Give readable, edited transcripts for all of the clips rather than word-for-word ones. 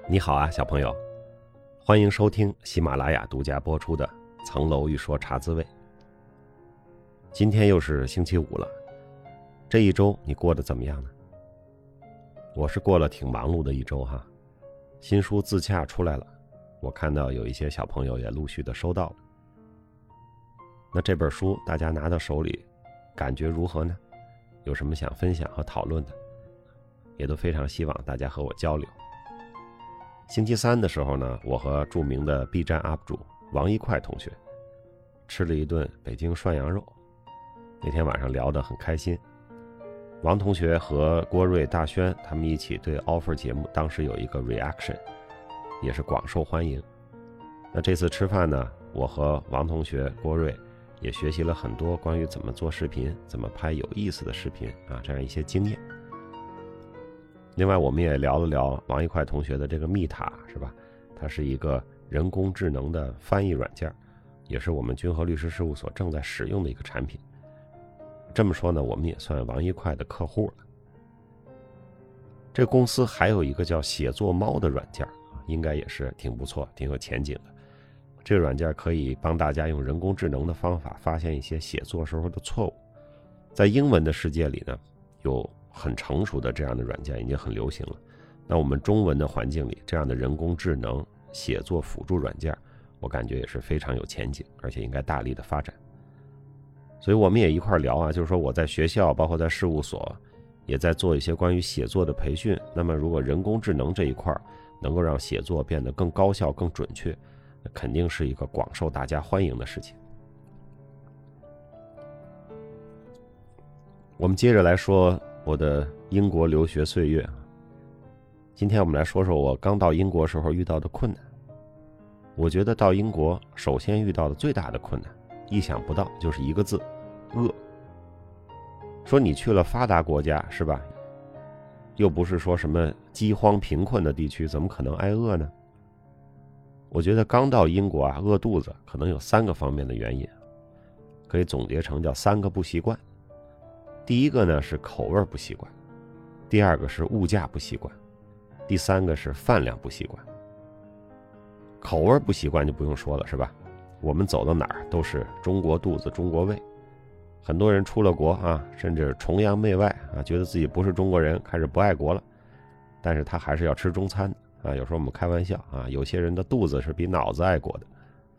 你好啊，小朋友，欢迎收听喜马拉雅独家播出的《层楼欲说茶滋味》。今天又是星期五了，这一周你过得怎么样呢？我是过了挺忙碌的一周哈。新书自洽出来了，我看到有一些小朋友也陆续的收到了。那这本书大家拿到手里感觉如何呢？有什么想分享和讨论的，也都非常希望大家和我交流。星期三的时候呢，我和著名的 B 站 UP 主王一快同学吃了一顿北京涮羊肉，那天晚上聊得很开心。王同学和郭瑞、大轩他们一起对 offer 节目当时有一个 reaction， 也是广受欢迎。那这次吃饭呢，我和王同学、郭瑞也学习了很多关于怎么做视频、怎么拍有意思的视频啊，这样一些经验。另外我们也聊了聊王一快同学的这个密塔，是吧？它是一个人工智能的翻译软件，也是我们君和律师事务所正在使用的一个产品。这么说呢，我们也算王一快的客户了。这公司还有一个叫写作猫的软件，应该也是挺不错、挺有前景的。这个软件可以帮大家用人工智能的方法发现一些写作时候的错误。在英文的世界里呢，有很成熟的这样的软件已经很流行了。那我们中文的环境里，这样的人工智能写作辅助软件，我感觉也是非常有前景，而且应该大力的发展。所以我们也一块聊啊，就是说我在学校包括在事务所也在做一些关于写作的培训。那么如果人工智能这一块能够让写作变得更高效、更准确，那肯定是一个广受大家欢迎的事情。我们接着来说我的英国留学岁月。今天我们来说说我刚到英国时候遇到的困难。我觉得到英国首先遇到的最大的困难，意想不到，就是一个字：饿。说你去了发达国家是吧？又不是说什么饥荒贫困的地区，怎么可能挨饿呢？我觉得刚到英国啊，饿肚子可能有3个方面的原因，可以总结成叫3个不习惯。第一个呢是口味不习惯，第2个是物价不习惯，第3个是饭量不习惯。口味不习惯就不用说了是吧？我们走到哪儿都是中国肚子中国胃，很多人出了国啊，甚至崇洋媚外啊，觉得自己不是中国人，开始不爱国了，但是他还是要吃中餐的啊。有时候我们开玩笑啊，有些人的肚子是比脑子爱国的。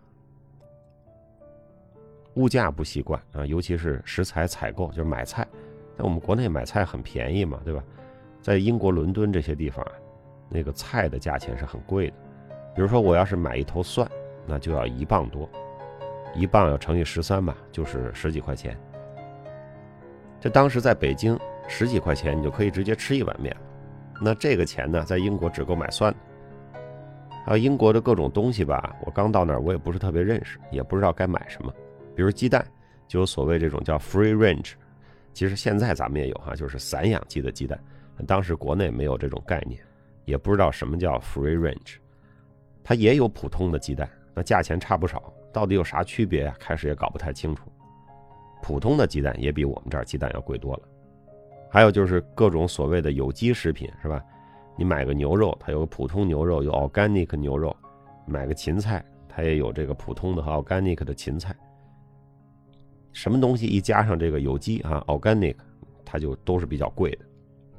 物价不习惯啊，尤其是食材采购，就是买菜。在我们国内买菜很便宜嘛，对吧？在英国伦敦这些地方啊，那个菜的价钱是很贵的。比如说我要是买一头蒜，那就要1磅多，1磅要乘以13吧，就是10几块钱。这当时在北京10几块钱你就可以直接吃一碗面了，那这个钱呢，在英国只够买蒜的。还有英国的各种东西吧，我刚到那儿我也不是特别认识，也不知道该买什么。比如鸡蛋，就有所谓这种叫 free range， 其实现在咱们也有哈，就是散养鸡的鸡蛋。当时国内没有这种概念，也不知道什么叫 free range。它也有普通的鸡蛋，那价钱差不少，到底有啥区别啊？开始也搞不太清楚。普通的鸡蛋也比我们这儿鸡蛋要贵多了。还有就是各种所谓的有机食品是吧？你买个牛肉，它有普通牛肉，有 organic 牛肉；买个芹菜，它也有这个普通的和 organic 的芹菜。什么东西一加上这个有机啊 organic， 它就都是比较贵的。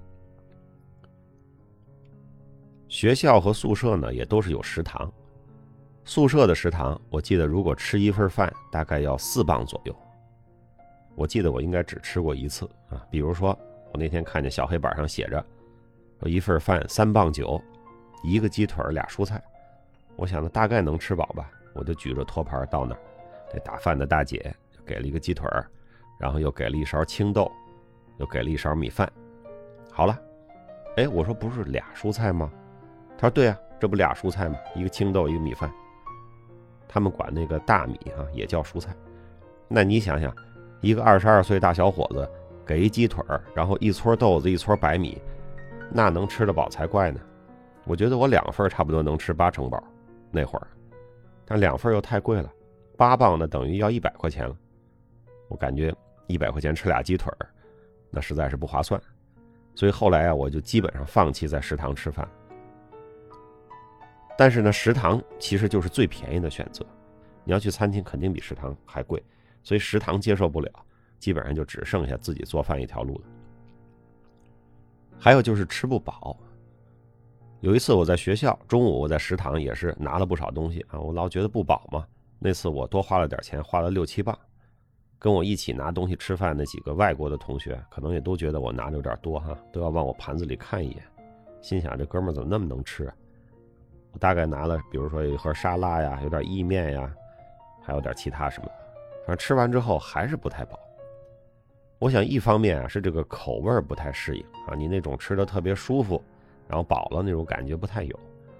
学校和宿舍呢也都是有食堂，宿舍的食堂我记得如果吃一份饭大概要4磅左右。我记得我应该只吃过1次啊。比如说我那天看见小黑板上写着一份饭3磅9，一个鸡腿2蔬菜，我想大概能吃饱吧，我就举着托盘到那儿，这打饭的大姐给了一个鸡腿，然后又给了一勺青豆，又给了一勺米饭。好了，我说不是2蔬菜吗？他说对啊，这不2蔬菜吗？一个青豆一个米饭。他们管那个大米啊也叫蔬菜。那你想想，一个22岁大小伙子给一鸡腿，然后一撮豆子一撮白米，那能吃得饱才怪呢。我觉得我2份差不多能吃8成饱那会儿，但2份又太贵了，8磅呢等于要100块钱了。我感觉100块钱吃俩鸡腿，那实在是不划算。所以后来啊，我就基本上放弃在食堂吃饭。 但是呢，食堂其实就是最便宜的选择，你要去餐厅肯定比食堂还贵，所以食堂接受不了，基本上就只剩下自己做饭一条路了。还有就是吃不饱。有一次我在学校，中午我在食堂也是拿了不少东西啊，我老觉得不饱嘛。那次我多花了点钱，花了6、7磅。跟我一起拿东西吃饭那几个外国的同学，可能也都觉得我拿的有点多哈，都要往我盘子里看一眼，心想这哥们儿怎么那么能吃啊？我大概拿了，比如说有一盒沙拉呀，有点意面呀，还有点其他什么的，反正吃完之后还是不太饱。我想一方面啊是这个口味不太适应啊，你那种吃的特别舒服，然后饱了那种感觉不太有，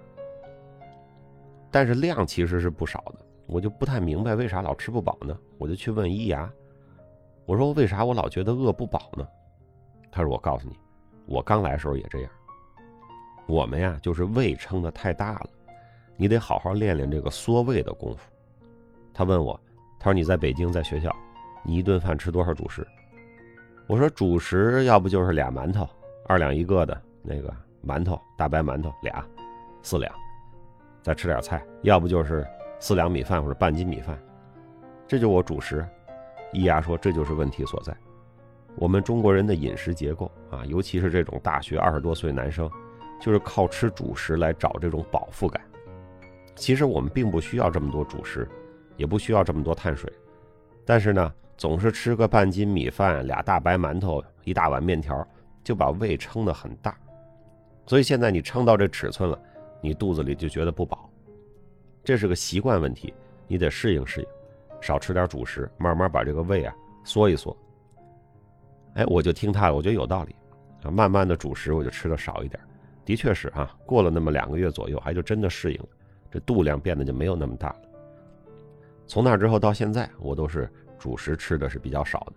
但是量其实是不少的。我就不太明白为啥老吃不饱呢？我就去问医牙，我说为啥我老觉得饿不饱呢？他说我告诉你，我刚来的时候也这样。我们呀就是胃撑得太大了，你得好好练练这个缩胃的功夫。他问我，他说你在北京在学校，你一顿饭吃多少主食？我说主食要不就是俩馒头，2两一个的那个馒头，大白馒头俩，4两，再吃点菜，要不就是4两米饭或者半斤米饭，这就是我主食。医牙说这就是问题所在。我们中国人的饮食结构啊，尤其是这种大学20多岁男生，就是靠吃主食来找这种饱腹感。其实我们并不需要这么多主食，也不需要这么多碳水，但是呢，总是吃个半斤米饭、俩大白馒头、1大碗面条，就把胃撑得很大。所以现在你撑到这尺寸了，你肚子里就觉得不饱。这是个习惯问题，你得适应适应，少吃点主食，慢慢把这个胃啊缩一缩。我就听他的，我觉得有道理啊，慢慢的主食我就吃的少一点。的确是啊，过了那么2个月左右，还就真的适应了，这肚量变得就没有那么大了。从那之后到现在，我都是主食吃的是比较少的。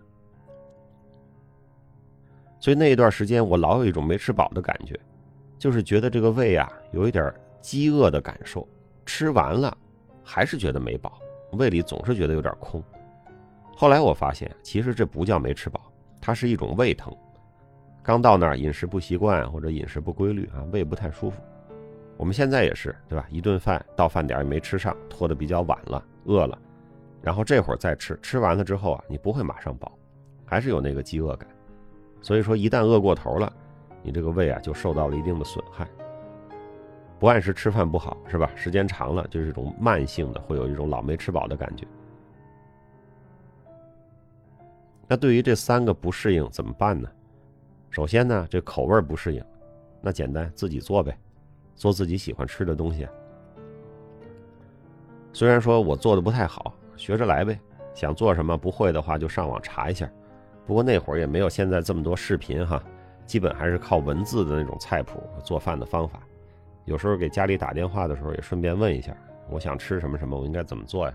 所以那一段时间，我老有一种没吃饱的感觉，就是觉得这个胃啊有一点饥饿的感受，吃完了还是觉得没饱，胃里总是觉得有点空。后来我发现，其实这不叫没吃饱，它是一种胃疼。刚到那儿饮食不习惯或者饮食不规律啊，胃不太舒服。我们现在也是，对吧？一顿饭到饭点也没吃上，拖得比较晚了，饿了，然后这会儿再吃，吃完了之后啊，你不会马上饱，还是有那个饥饿感。所以说一旦饿过头了，你这个胃啊就受到了一定的损害。不按时吃饭不好，是吧？时间长了就是一种慢性的，会有一种老没吃饱的感觉。那对于这3个不适应怎么办呢？首先呢，这口味不适应，那简单，自己做呗，做自己喜欢吃的东西。虽然说我做的不太好，学着来呗，想做什么不会的话就上网查一下。不过那会儿也没有现在这么多视频哈，基本还是靠文字的那种菜谱做饭的方法。有时候给家里打电话的时候也顺便问一下，我想吃什么什么，我应该怎么做呀？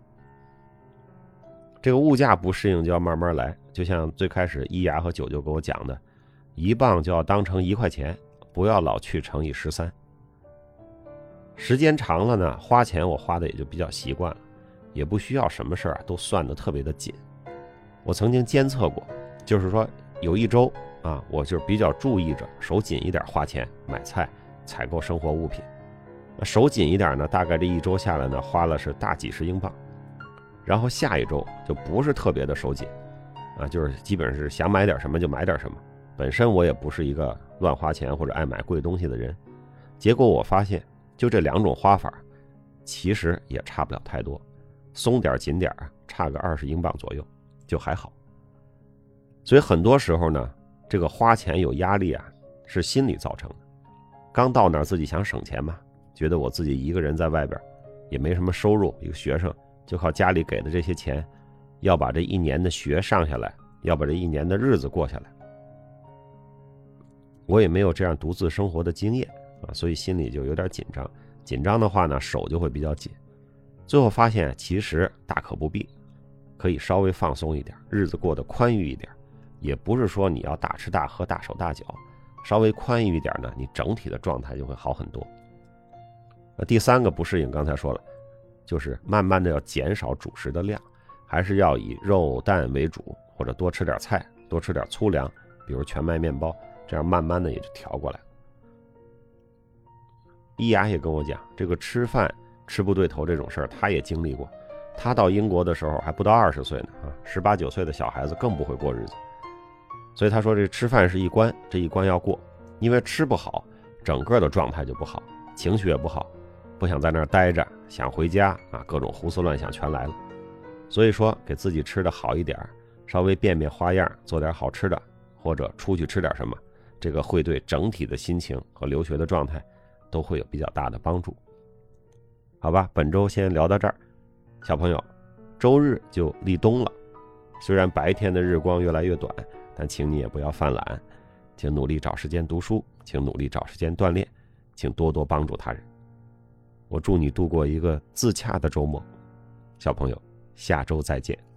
这个物价不适应就要慢慢来，就像最开始医牙和九九给我讲的，1磅就要当成1块钱，不要老去乘以13。时间长了呢，花钱我花的也就比较习惯了，也不需要什么事儿都算得特别的紧。我曾经监测过，就是说有1周啊，我就比较注意着手紧一点花钱买菜采购生活物品。手紧一点呢，大概这1周下来呢，花了是大几十英镑。然后下一周就不是特别的手紧啊，就是基本是想买点什么就买点什么。本身我也不是一个乱花钱或者爱买贵东西的人，结果我发现就这2种花法其实也差不了太多，松点紧点差个20英镑左右就还好。所以很多时候呢，这个花钱有压力啊，是心理造成的。刚到那儿自己想省钱嘛，觉得我自己一个人在外边也没什么收入，一个学生就靠家里给的这些钱，要把这1年的学上下来，要把这1年的日子过下来。我也没有这样独自生活的经验啊，所以心里就有点紧张。紧张的话呢，手就会比较紧。最后发现其实大可不必，可以稍微放松一点，日子过得宽裕一点。也不是说你要大吃大喝、大手大脚，稍微宽裕一点呢，你整体的状态就会好很多。第3个不适应，刚才说了，就是慢慢的要减少主食的量，还是要以肉蛋为主，或者多吃点菜，多吃点粗粮，比如全麦面包，这样慢慢的也就调过来了。 伊雅也跟我讲，这个吃饭吃不对头这种事儿，他也经历过。他到英国的时候还不到20岁呢，18、19岁的小孩子更不会过日子。所以他说这吃饭是一关，这一关要过，因为吃不好，整个的状态就不好，情绪也不好，不想在那儿待着，想回家各种胡思乱想全来了。所以说给自己吃的好一点，稍微变变花样，做点好吃的，或者出去吃点什么，这个会对整体的心情和留学的状态都会有比较大的帮助。好吧，本周先聊到这儿。小朋友，周日就立冬了，虽然白天的日光越来越短，但请你也不要犯懒，请努力找时间读书，请努力找时间锻炼，请多多帮助他人。我祝你度过一个自洽的周末。小朋友，下周再见。